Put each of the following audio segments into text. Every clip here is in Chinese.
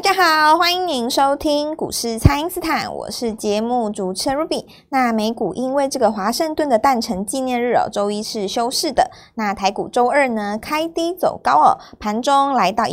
家好，欢迎您收听股市蔡因斯坦，我是节目主持人 Ruby。那美股因为这个华盛顿的诞辰纪念日周一是休市的。那台股周二呢开低走高盘中来到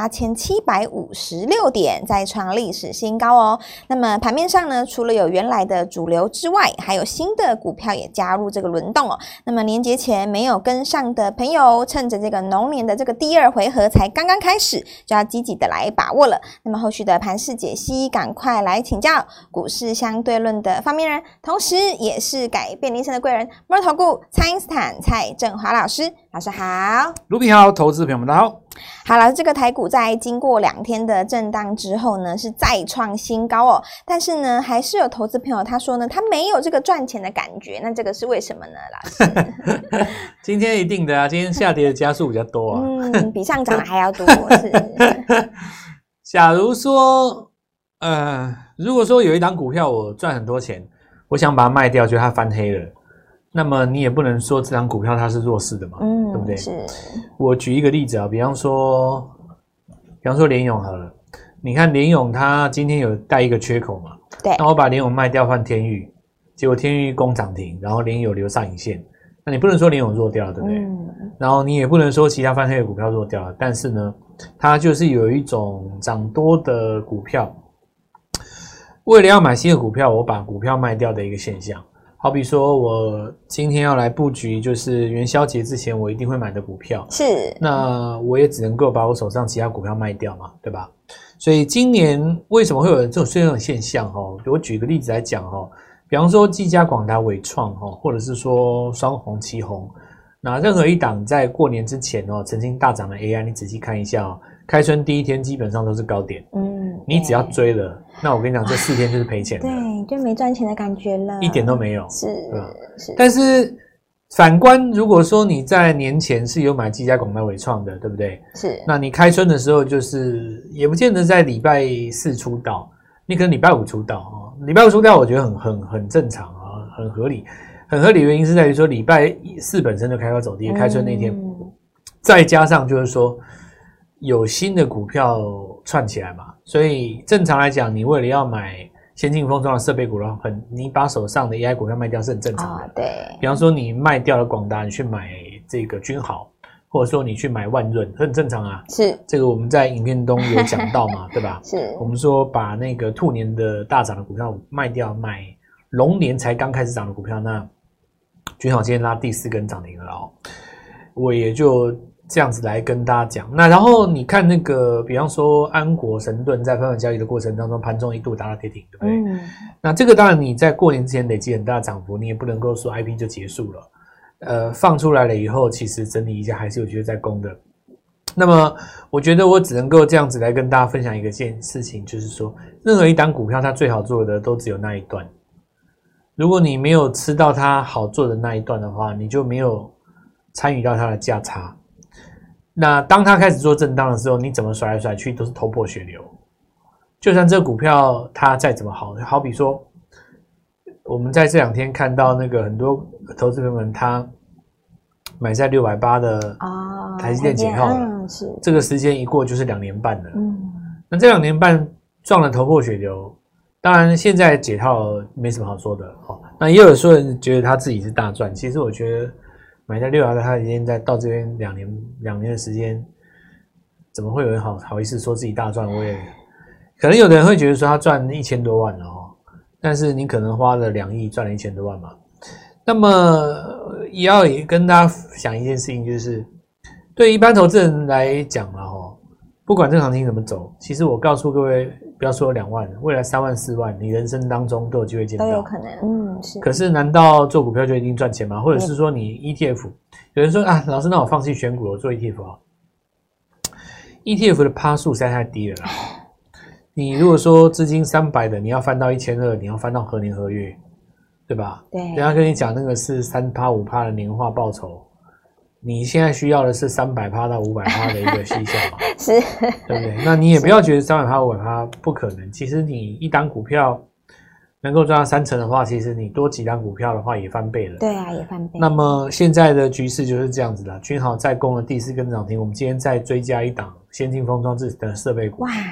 18756点，再创历史新高那么盘面上呢，除了有原来的主流之外，还有新的股票也加入这个轮动那么年节前没有跟上的朋友，趁着这个龙年的这个第二回合才刚刚开始，就要积极的来把握了。那么后续的盘势解析，赶快来请教股市相对论的发明人，同时也是改变人生的贵人——摩尔投顾蔡因斯坦蔡正华老师。老师好。 卢比好，投资朋友们大家好。 好了，这个台股在经过2天的震荡之后呢，是再创新高但是呢，还是有投资朋友他说呢，他没有这个赚钱的感觉，那这个是为什么呢，老师？ 今天一定的啊，今天下跌的家数比较多啊， 比上涨的还要多是。 假如说，如果说有一档股票我赚很多钱，我想把它卖掉，觉得它翻黑了，那么你也不能说这档股票它是弱势的嘛，对不对？ 是。 我举一个例子啊，比方说联咏好了，你看联咏它今天有带一个缺口嘛， 对， 那我把联咏卖掉换天钰，结果天钰攻涨停，然后联咏留上影线，那你不能说联咏弱掉了，对不对？然后你也不能说其他翻黑的股票弱掉了，但是呢，它就是有一种涨多的股票，为了要买新的股票，我把股票卖掉的一个现象。好比说我今天要来布局，就是元宵节之前我一定会买的股票， 是， 那我也只能够把我手上其他股票卖掉嘛，对吧？所以今年为什么会有这种现象我举个例子来讲比方说技嘉、广达、伟创或者是说双红、奇宏，那任何一档在过年之前曾经大涨的 AI， 你仔细看一下开春第一天基本上都是高点，你只要追了，那我跟你讲，这4天就是赔钱的， 对，就没赚钱的感觉了， 一点都没有， 是。 但是反观，如果说你在年前是有买技嘉、广达、伟创的，对不对？是。那你开春的时候，就是也不见得在礼拜4出道，你可能礼拜5出道礼拜5出道，我觉得很正常很合理。很合理的原因是在于说，礼拜4本身就开高走低，开春那天，再加上就是说有新的股票串起来嘛，所以正常来讲，你为了要买先进封装的设备股你把手上的 AI 股票卖掉是很正常的。 对。 比方说你卖掉了广达，你去买这个君豪，或者说你去买万润，很正常啊。是。这个我们在影片中有讲到嘛，对吧？是。我们说把那个兔年的大涨的股票卖掉，买龙年才刚开始涨的股票，那君豪今天拉第4根涨停了我也就这样子来跟大家讲。那然后你看那个，比方说安国、神盾在分盘交易的过程当中，盘中一度达到跌停，对不对？那这个当然你在过年之前累积很大的涨幅，你也不能够说 IP 就结束了。放出来了以后，其实整理一下还是有机会再攻的。那么我觉得我只能够这样子来跟大家分享一个事情，就是说，任何一档股票它最好做的都只有那一段。如果你没有吃到它好做的那一段的话，你就没有参与到它的价差。那当它开始做震荡的时候，你怎么甩来甩去都是头破血流。就算这个股票它再怎么好，好比说我们在这2天看到那个很多投资朋友们他买在680的台积电解套了，这个时间一过就是2年半了。那这2年半撞了头破血流，当然现在解套没什么好说的那也有说人觉得他自己是大赚，其实我觉得买在600的，他已经在到这边2年的时间，怎么会有人好意思说自己大赚？我也可能有的人会觉得说他赚1000多万了但是你可能花了2亿赚了1000多万嘛。那么也要跟大家想一件事情，就是对一般投资人来讲不管这行情怎么走，其实我告诉各位，不要说2万，未来3万4万，你人生当中都有机会见到， 都有可能。是。可是难道做股票就一定赚钱吗？或者是说你 ETF， 有人说老师，那我放弃选股，我做 ETF ETF 的趴数实在太低了啦。你如果说资金300的，你要翻到1200，你要翻到何年何月，对吧？对。人家跟你讲那个是3%、5%的年化报酬，你现在需要的是300%到500%的一个绩效嘛？是，对不对？那你也不要觉得300%、500%不可能。其实你一档股票能够赚到3成的话，其实你多几档股票的话也翻倍了。 对啊，也翻倍。 那么现在的局势就是这样子的，君豪再攻了第4根涨停，我们今天再追加一档先进封装制的设备股。哇！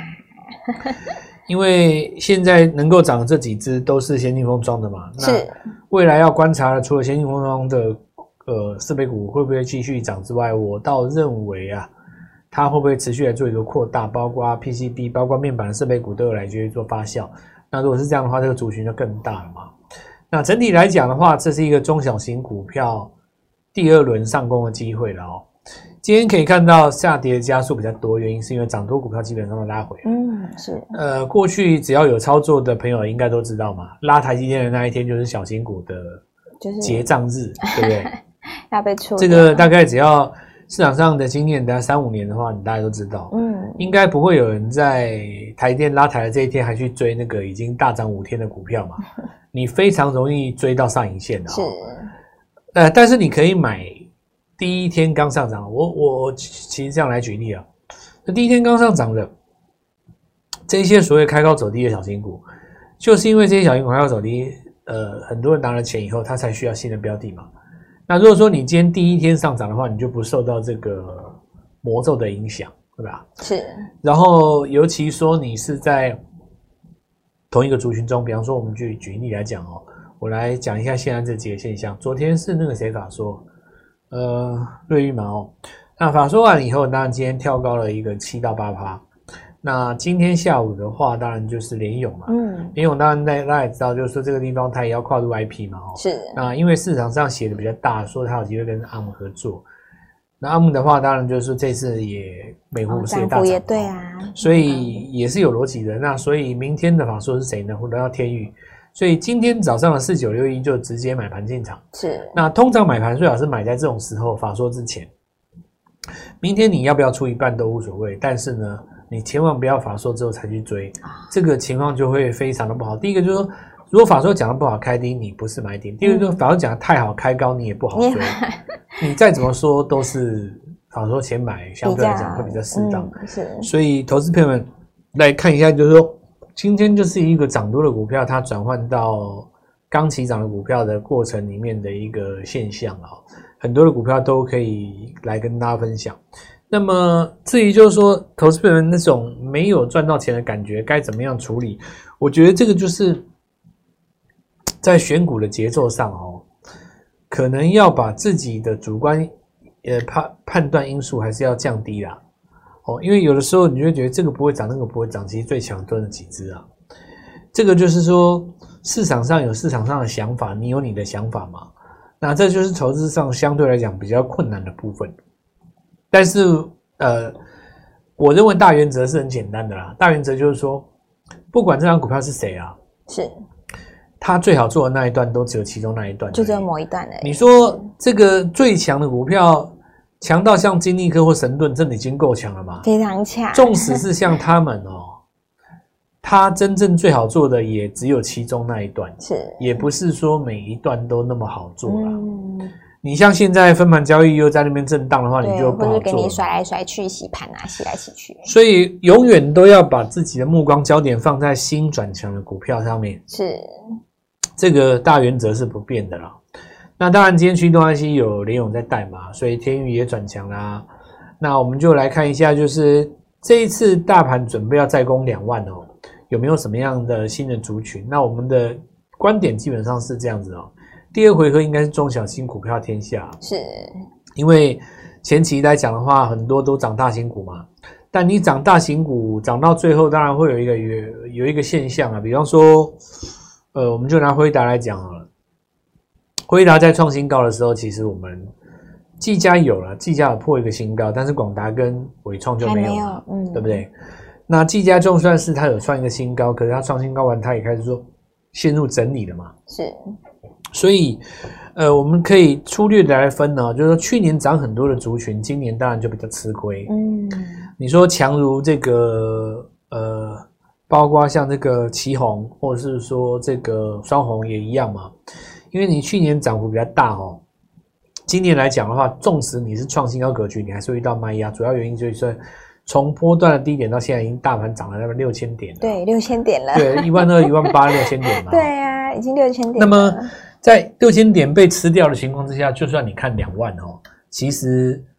因为现在能够涨的这几只都是先进封装的嘛，那未来要观察的除了先进封装的设备股会不会继续涨之外，我倒认为啊，它会不会持续来做一个扩大，包括 PCB 包括面板的设备股都有来继续做发酵。那如果是这样的话，这个族群就更大了嘛。那整体来讲的话，这是一个中小型股票第二轮上攻的机会了哦。今天可以看到下跌的加速比较多，原因是因为涨多股票基本上都拉回了。 是。 过去只要有操作的朋友应该都知道嘛，拉台积电的那一天就是小型股的结账日，对不对？ 要被出。 这个大概只要市场上的经验，大概3-5年的话，你大家都知道。应该不会有人在台电拉台的这一天还去追那个已经大涨5天的股票嘛？你非常容易追到上影线的。是。但是你可以买。第一天刚上涨，我其实这样来举例啊，那第一天刚上涨的这些所谓开高走低的小型股，就是因为这些小型股开高走低，很多人拿了钱以后，他才需要新的标的嘛。那如果说你今天第一天上涨的话，你就不受到这个魔咒的影响，对吧？是。然后尤其说你是在同一个族群中，比方说我们举例来讲哦，我来讲一下现在这几个现象。昨天是那个谁法说。瑞昱嘛哦，那法说完以后，当然今天跳高了一个7到8%。那今天下午的话，当然就是联咏嘛。联咏当然大家也知道，就是说这个地方它也要跨入 IP 嘛哦。是。那因为市场上写的比较大，说它有机会跟阿姆合作。那阿姆的话，当然就是说这次也美孚是也大涨，也对啊，所以也是有逻辑的。那所以明天的法说是谁呢？轮到天钰。所以今天早上的4961就直接买盘进场。是。那通常买盘最好是买在这种时候法说之前。明天你要不要出一半都无所谓，但是呢，你千万不要法说之后才去追，这个情况就会非常的不好。第一个就是说，如果法说讲的不好开低，你不是买点；第二个就是法说讲的太好开高，你也不好追。你再怎么说都是法说前买，相对来讲会比较适当。是。所以投资朋友们来看一下，就是说。今天就是一个涨多的股票，它转换到刚起涨的股票的过程里面的一个现象啊，很多的股票都可以来跟大家分享。那么至于就是说，投资朋友们那种没有赚到钱的感觉该怎么样处理？我觉得这个就是在选股的节奏上哦，可能要把自己的主观判断因素还是要降低啦。因为有的时候你就会觉得这个不会涨，那个不会涨，其实最强都那几只啊。这个就是说市场上有市场上的想法，你有你的想法嘛。那这就是投资上相对来讲比较困难的部分。但是我认为大原则是很简单的啦。大原则就是说，不管这张股票是谁啊，是他最好做的那一段都只有其中那一段， 就只有某一段而已。 你说这个最强的股票。强到像金立科或神盾，真的已经够强了吗？ 非常强。 纵使是像他们哦，他真正最好做的也只有其中那一段，是，也不是说每一段都那么好做啦。你像现在分盘交易又在那边震荡的话，你就不好做了，或者给你甩来甩去、洗盘啊，洗来洗去。 所以永远都要把自己的目光焦点放在新转强的股票上面。是，这个大原则是不变的啦。那当然，今天驱动 IC 有联咏在带嘛，所以天钰也转强啦。那我们就来看一下，就是这一次大盘准备要再攻2万哦，有没有什么样的新的族群？那我们的观点基本上是这样子哦。第二回合应该是中小型股票天下，是因为前期来讲的话，很多都涨大型股嘛。但你涨大型股涨到最后，当然会有一个现象啊，比方说，我们就拿辉达来讲好了。辉达在创新高的时候，其实我们技嘉有了，技嘉有破一个新高，但是广达跟伟创就没有了，对不对？那技嘉就算是它有创一个新高，可是它创新高完，它也开始说陷入整理了嘛。是，所以我们可以粗略的来分呢，就是说去年涨很多的族群，今年当然就比较吃亏。你说强如这个包括像这个奇鋐，或者是说这个双红也一样嘛。因为你去年涨幅比较大哦，今年来讲的话，纵使你是创新高格局，你还是会遇到卖压。主要原因就是从波段的低点到现在，已经大盘涨了大概6000点了。对，6000点了。对，12000、18000、6000点嘛。对啊，已经6000点了。那么在6000点被吃掉的情况之下，就算你看2万哦，其实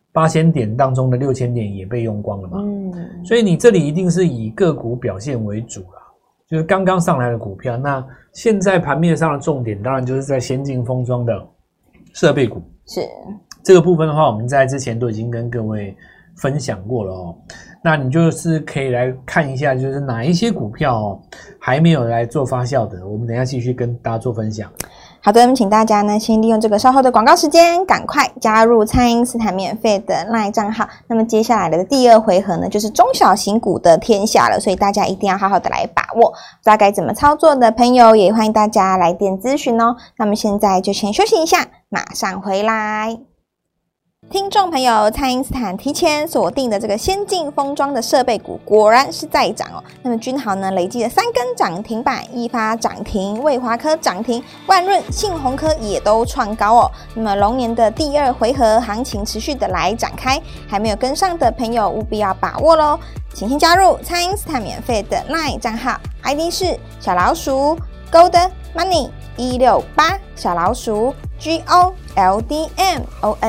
8000点当中的6000点也被用光了嘛。所以你这里一定是以个股表现为主啦，就是刚刚上来的股票。那现在盘面上的重点当然就是在先进封装的设备股。是这个部分的话，我们在之前都已经跟各位分享过了哦。那你就是可以来看一下，就是哪一些股票哦还没有来做发酵的，我们等一下继续跟大家做分享。 好的，那么请大家呢先利用这个稍后的广告时间，赶快加入蔡因斯坦免费的 LINE 账号。那么接下来的第2回合呢，就是中小型股的天下了，所以大家一定要好好的来把握。不知道该怎么操作的朋友，也欢迎大家来电咨询哦。那么现在就先休息一下，马上回来。听众朋友，蔡因斯坦提前锁定的这个先进封装的设备股果然是在涨哦。那么君豪呢累计了3根涨停板，一发涨停，卫华科涨停，万润、信鸿科也都创高哦。那么龙年的第2回合行情持续的来展开，还没有跟上的朋友务必要把握咯。请先加入蔡因斯坦免费的 LINE 账号 ，ID 是小老鼠 Gold Money 168，小老鼠 GOLDMONEY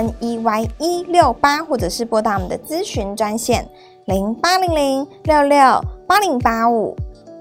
168，或者是拨打我们的咨询专线0800668085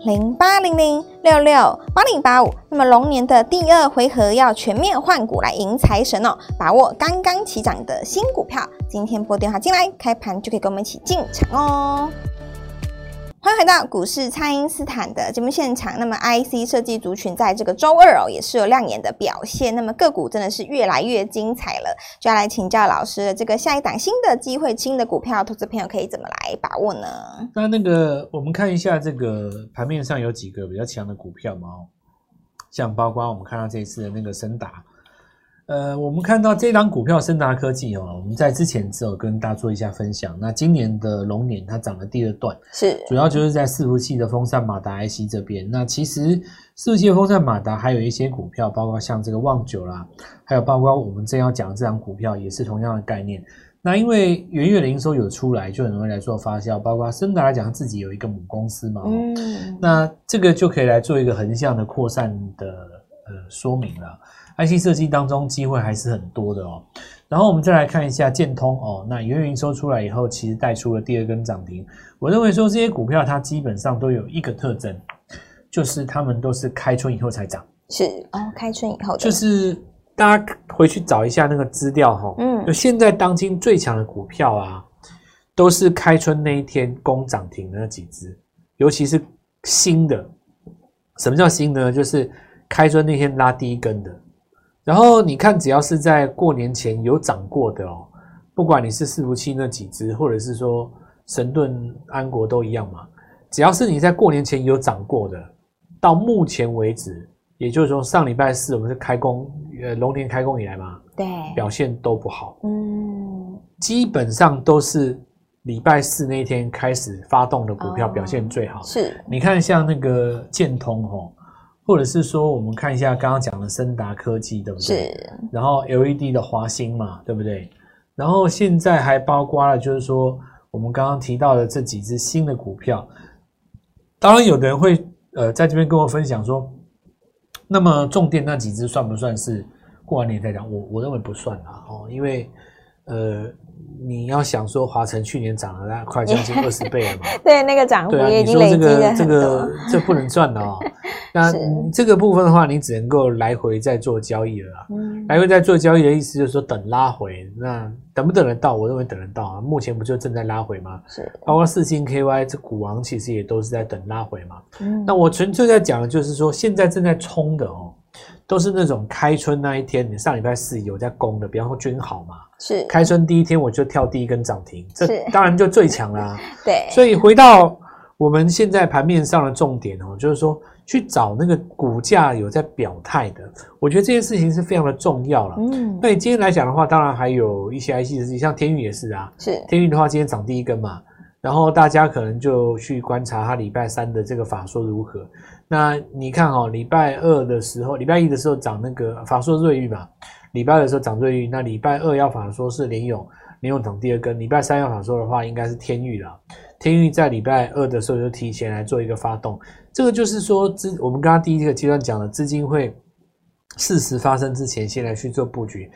0800668085。那么龙年的第2回合要全面换股来迎财神哦，把握刚刚起涨的新股票，今天拨电话进来，开盘就可以跟我们一起进场哦。欢迎回到股市蔡因斯坦的节目现场。那么 IC 设计族群在这个周2也是有亮眼的表现，那么个股真的是越来越精彩了，就要来请教老师的这个下一档新的机会、新的股票，投资朋友可以怎么来把握呢？ 那我们看一下这个盘面上有几个比较强的股票嘛，像包括我们看到这一次的那个森达。我们看到这档股票森达科技哦，我们在之前只有跟大家做一下分享。那今年的龙年它涨了第2段，是主要就是在伺服器的风扇马达 IC 这边。那其实伺服器的风扇马达还有一些股票，包括像这个旺九啦，还有包括我们正要讲的这档股票也是同样的概念。那因为元月的营收有出来，就很容易来做发酵。包括森达来讲，自己有一个母公司嘛，那这个就可以来做一个横向的扩散的说明了。IC 设计当中机会还是很多的哦。然后我们再来看一下建通哦，那元月营收出来以后，其实带出了第2根涨停。我认为说这些股票它基本上都有一个特征，就是他们都是开春以后才涨。 是哦，开春以后的， 就是大家回去找一下那个资料哈，就现在当今最强的股票啊，都是开春那一天攻涨停的那几只，尤其是新的。什么叫新的呢？就是开春那天拉第1根的。然后你看，只要是在过年前有涨过的哦，不管你是伺服器那几只，或者是说神盾、安国都一样嘛，只要是你在过年前有涨过的，到目前为止，也就是说上礼拜4我们是开工，龙年开工以来嘛，对，表现都不好，基本上都是礼拜4那一天开始发动的股票表现最好。是，你看像那个建通哦。或者是说我们看一下刚刚讲的森达科技，对不对？是。然后 LED 的华星嘛，对不对？然后现在还包括了就是说我们刚刚提到的这几只新的股票。当然有的人会在这边跟我分享说，那么重电那几只算不算是过完年再讲？我认为不算啦哦，因为你要想说华城去年涨了快将近20倍了嘛， 对，那个涨幅也已经累积了很多， 这不能赚的哦。那这个部分的话，你只能够来回再做交易了啦。来回再做交易的意思就是说等拉回，那等不等得到？我认为等得到啊。目前不就正在拉回吗？是，包括世芯 KY 这股王其实也都是在等拉回嘛。那我纯粹在讲的就是说，现在正在冲的哦，都是那种开春那一天，你上礼拜4有在攻的，比方说君豪嘛，是开春第1天我就跳第1根涨停，这当然就最强啦。对，所以回到我们现在盘面上的重点哦，就是说去找那个股价有在表态的，我觉得这件事情是非常的重要了。那你今天来讲的话，当然还有一些 IC 设计，像天钰也是啊，是天钰的话今天涨第1根嘛，然后大家可能就去观察它礼拜3的这个法说如何。那你看哦，礼拜1的时候涨那个法说瑞昱嘛，礼拜2的时候涨瑞昱，那礼拜2要法说是联咏涨第2根，礼拜3要法说的话应该是天钰啦。天钰在礼拜2的时候就提前来做一个发动，这个就是说我们刚刚第一个阶段讲的资金会事实发生之前先来去做布局。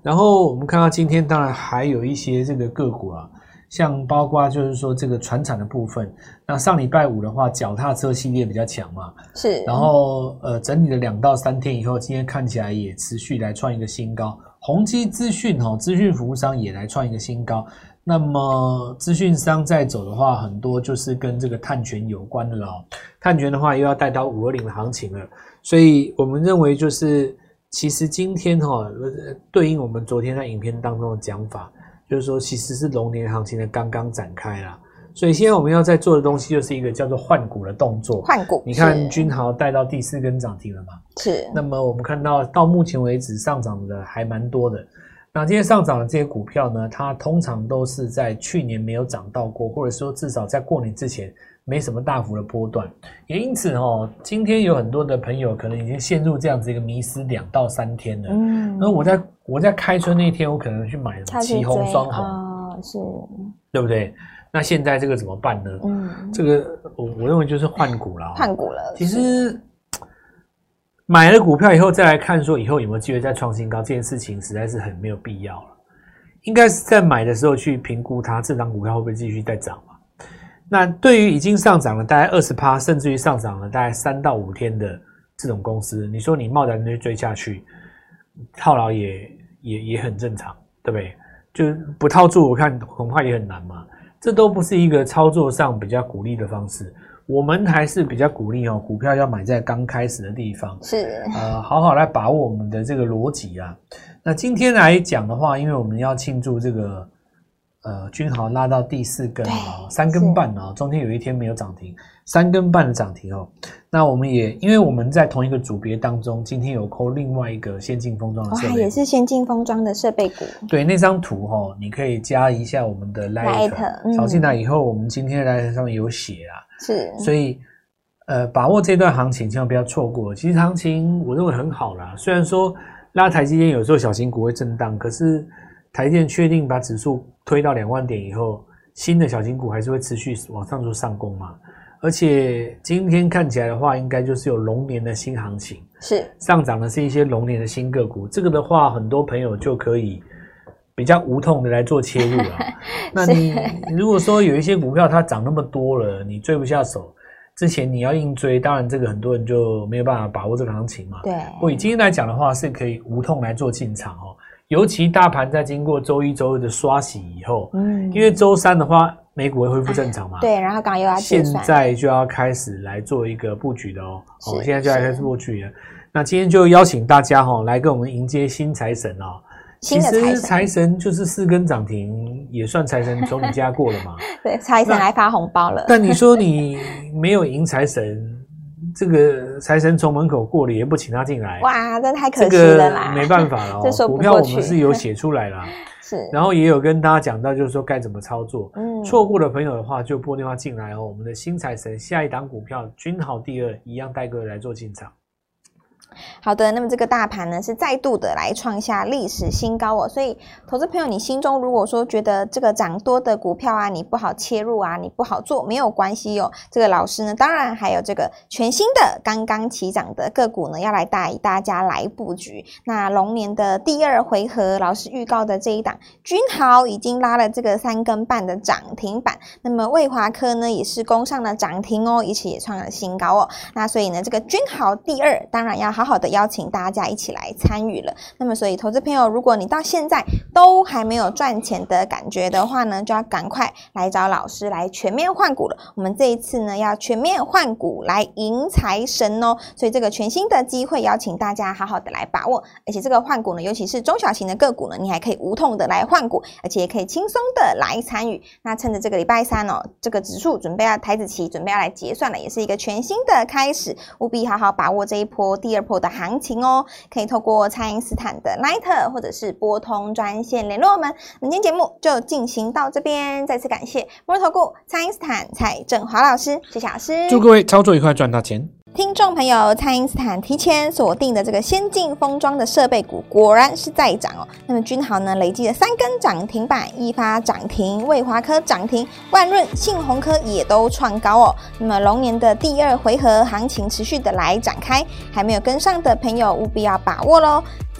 然后我们看到今天当然还有一些这个个股啊，像包括就是说这个传产的部分，那上礼拜五的话，脚踏车系列比较强嘛， 是， 然后整理了2到3天以后，今天看起来也持续来创一个新高。宏基资讯资讯服务商也来创一个新高。那么资讯商在走的话，很多就是跟这个碳权有关的了。碳权的话又要带到520的行情了，所以我们认为就是其实今天对应我们昨天在影片当中的讲法，就是说其实是龙年行情的刚刚展开啦。所以现在我们要在做的东西就是一个叫做换股的动作。 换股， 你看君豪带到第4根涨停了嘛？ 是。 那么我们看到目前为止上涨的还蛮多的。那今天上涨的这些股票呢，它通常都是在去年没有涨到过，或者说至少在过年之前没什么大幅的波段。也因此今天有很多的朋友可能已经陷入这样子一个迷思2到3天了。那我在开春那天，我可能去买旗红双红， 是， 对不对？那现在这个怎么办呢？这个我认为就是换股了。 换股了。 其实买了股票以后再来看说以后有没有机会再创新高，这件事情实在是很没有必要了。应该是在买的时候去评估它这档股票会不会继续再涨嘛。那对于已经上涨了大概 20%， 甚至于上涨了大概3到5天的这种公司，你说你贸然的追下去，套牢也很正常，对不对？就不套住我看恐怕也很难嘛。这都不是一个操作上比较鼓励的方式。我们还是比较鼓励股票要买在刚开始的地方， 是好好来把握我们的这个逻辑啊。那今天来讲的话，因为我们要庆祝这个君豪拉到第4根3根半中间有一天没有涨停，3根半的涨停那我们也因为我们在同一个组别当中，今天有扣另外一个先进封装的设备股， 也是先进封装的设备股。 对，那张图你可以加一下我们的 Lite， 扫进来以后，我们今天的 Lite 上面有写是， 所以把握这段行情千万不要错过。其实行情我认为很好啦，虽然说拉台积电有时候小型股会震荡，可是台积电确定把指数推到2万点以后，新的小型股还是会持续往上做上攻嘛。而且今天看起来的话，应该就是有龙年的新行情， 是上涨的是一些龙年的新个股。这个的话，很多朋友就可以比较无痛的来做切入了。那你如果说有一些股票它涨那么多了，你追不下手，之前你要硬追，当然这个很多人就没有办法把握这个行情嘛。 对， 我以今天来讲的话，是可以无痛来做进场尤其大盘在经过周1、周2的刷洗以后，因为周3的话，美股会恢复正常嘛。 对，然后刚刚又要结算， 现在就要开始来做一个布局的现在就要开始布局了。那今天就邀请大家来跟我们迎接新财神其实财神就是4根涨停，也算财神从你家过了嘛。 对，财神来发红包了。 但你说你没有迎财神，这个财神从门口过了也不请他进来， 哇，这太可惜了啦！ 这个没办法了股票我们是有写出来啦， 是， 然后也有跟大家讲到，就是说该怎么操作。错过的朋友的话，就拨电话进来我们的新财神下一档股票君豪第2一样带各位来做进场。 好的，那么这个大盘呢是再度的来创下历史新高所以投资朋友，你心中如果说觉得这个涨多的股票你不好切入你不好做，没有关系这个老师呢，当然还有这个全新的刚刚起涨的个股呢，要来带大家来布局。那龙年的第2回合，老师预告的这一档君豪已经拉了这个3根半的涨停板，那么卫华科呢也是攻上了涨停一起也创了新高那所以呢，这个君豪第2当然要好好的邀请大家一起来参与了。那么所以投资朋友，如果你到现在都还没有赚钱的感觉的话呢，就要赶快来找老师来全面换股了。我们这一次呢要全面换股来迎财神所以这个全新的机会邀请大家好好的来把握。而且这个换股呢，尤其是中小型的个股呢，你还可以无痛的来换股，而且也可以轻松的来参与。那趁着这个礼拜3这个指数准备要台指期准备要来结算了，也是一个全新的开始，务必好好把握这一波第2波的行情可以透过蔡因斯坦的 Line 或者是拨通专线联络我们。今天节目就进行到这边，再次感谢摩尔投顾蔡因斯坦蔡正华老师，谢谢老师， 祝各位操作愉快，赚大钱。 听众朋友，蔡因斯坦提前锁定的这个先进封装的设备股果然是在涨那么君豪呢累计了3根涨停板，一发涨停，卫华科涨停，万润、信鸿科也都创高那么龙年的第2回合行情持续的来展开，还没有跟上的朋友务必要把握咯。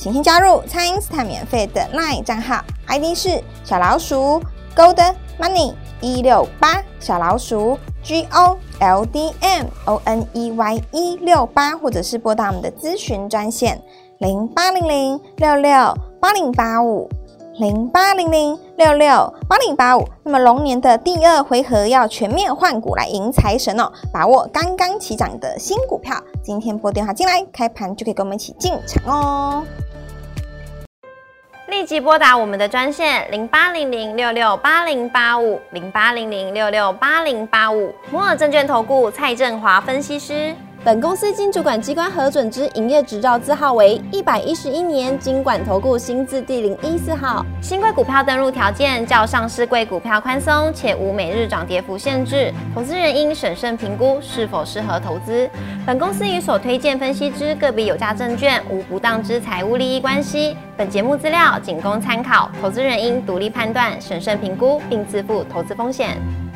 请先加入蔡因斯坦免费的 LINE 账号 ，ID 是小老鼠 Gold Money 168，小老鼠 GOLDMONEY 168，或者是拨打我们的咨询专线0800668085。那么龙年的第2回合要全面换股来迎财神哦，把握刚刚起涨的新股票，今天拨电话进来，开盘就可以跟我们一起进场哦。 立即拨打我们的专线0800668085，0800668085。摩尔证券投顾蔡正华分析师。本公司经主管机关核准之营业执照字号为111年金管投顾新字第014号。新贵股票登录条件较上市贵股票宽松，且无每日涨跌幅限制。投资人应审慎评估是否适合投资。本公司与所推荐分析之个别有价证券无不当之财务利益关系。本节目资料仅供参考，投资人应独立判断、审慎评估，并自负投资风险。